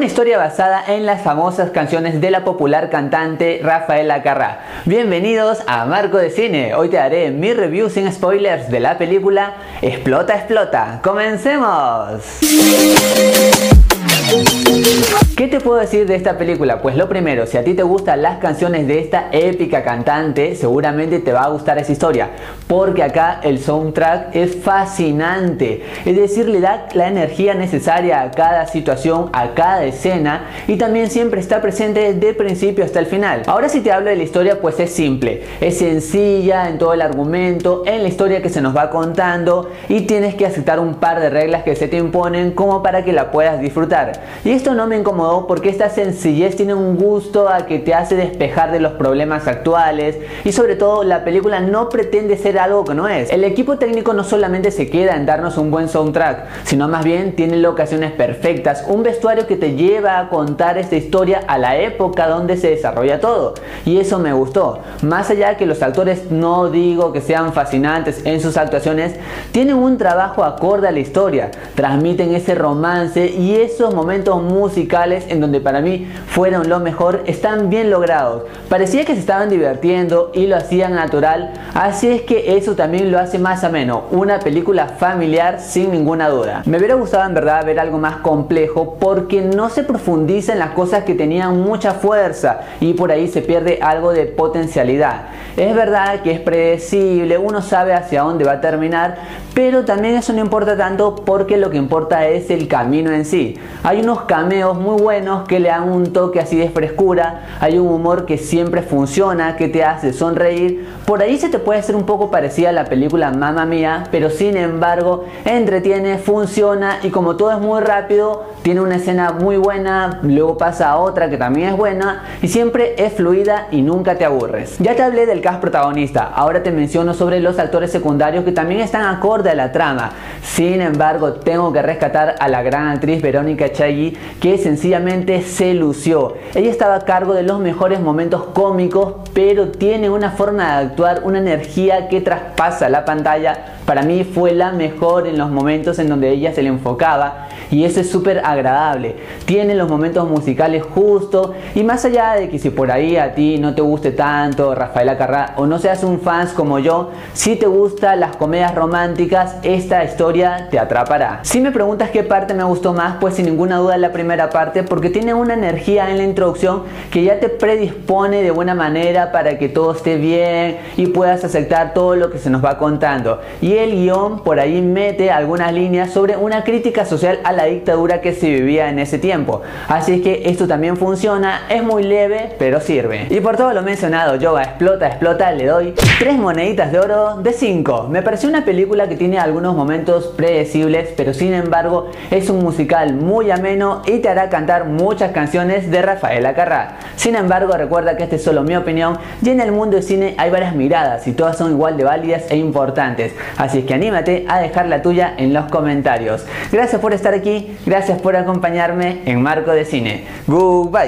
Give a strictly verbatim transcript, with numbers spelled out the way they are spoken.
una historia basada en las famosas canciones de la popular cantante Rafaela Carrà. Bienvenidos a Marco de Cine. Hoy te daré mi review sin spoilers de la película Explota, Explota. ¡Comencemos! ¿Qué te puedo decir de esta película? Pues lo primero, si a ti te gustan las canciones de esta épica cantante, seguramente te va a gustar esa historia, porque acá el soundtrack es fascinante, es decir, le da la energía necesaria a cada situación, a cada escena, y también siempre está presente desde el principio hasta el final. Ahora, si te hablo de la historia, pues es simple, es sencilla en todo el argumento, en la historia que se nos va contando, y tienes que aceptar un par de reglas que se te imponen como para que la puedas disfrutar. Y esto no me incomodó porque esta sencillez tiene un gusto a que te hace despejar de los problemas actuales, y sobre todo la película no pretende ser algo que no es. El equipo técnico no solamente se queda en darnos un buen soundtrack, sino más bien tiene locaciones perfectas, un vestuario que te lleva a contar esta historia a la época donde se desarrolla todo, y eso me gustó. Más allá de que los actores no digo que sean fascinantes en sus actuaciones, tienen un trabajo acorde a la historia, transmiten ese romance, y esos momentos musicales en donde para mí fueron lo mejor están bien logrados. Parecía que se estaban divirtiendo y lo hacían natural, así es que eso también lo hace más ameno, una película familiar sin ninguna duda. Me hubiera gustado en verdad ver algo más complejo porque no se profundiza en las cosas que tenían mucha fuerza y por ahí se pierde algo de potencialidad. Es verdad que es predecible, uno sabe hacia dónde va a terminar, pero también eso no importa tanto porque lo que importa es el camino en sí. Hay unos cameos muy buenos que le dan un toque así de frescura, hay un humor que siempre funciona, que te hace sonreír. Por ahí se te puede hacer un poco parecida a la película Mamma Mía, pero sin embargo entretiene, funciona, y como todo es muy rápido, tiene una escena muy buena, luego pasa a otra que también es buena, y siempre es fluida y nunca te aburres. Ya te hablé del cast protagonista, ahora te menciono sobre los actores secundarios que también están acorde a la trama. Sin embargo, tengo que rescatar a la gran actriz Verónica Chagui, que sencillamente se lució. Ella estaba a cargo de los mejores momentos cómicos, pero tiene una forma de actuar, una energía que traspasa la pantalla. Para mí fue la mejor en los momentos en donde ella se le enfocaba, y eso es súper agradable. Tiene los momentos musicales justos, y más allá de que si por ahí a ti no te guste tanto Rafaela Carrà o no seas un fan como yo, si te gustan las comedias románticas, esta historia te atrapará. Si me preguntas qué parte me gustó más, pues sin ninguna duda la primera parte, porque tiene una energía en la introducción que ya te predispone de buena manera para que todo esté bien y puedas aceptar todo lo que se nos va contando. Y el guión por ahí mete algunas líneas sobre una crítica social a la dictadura que se vivía en ese tiempo, así es que esto también funciona, es muy leve pero sirve. Y por todo lo mencionado, yo a Explota, Explota le doy tres moneditas de oro de cinco. Me pareció una película que tiene algunos momentos predecibles, pero sin embargo es un musical muy ameno y te hará cantar muchas canciones de Rafaela Carrà. Sin embargo, recuerda que esta es solo mi opinión, y en el mundo del cine hay varias miradas y todas son igual de válidas e importantes, así es que anímate a dejar la tuya en los comentarios. Gracias por estar aquí, gracias por acompañarme en Marco de Cine. Goodbye.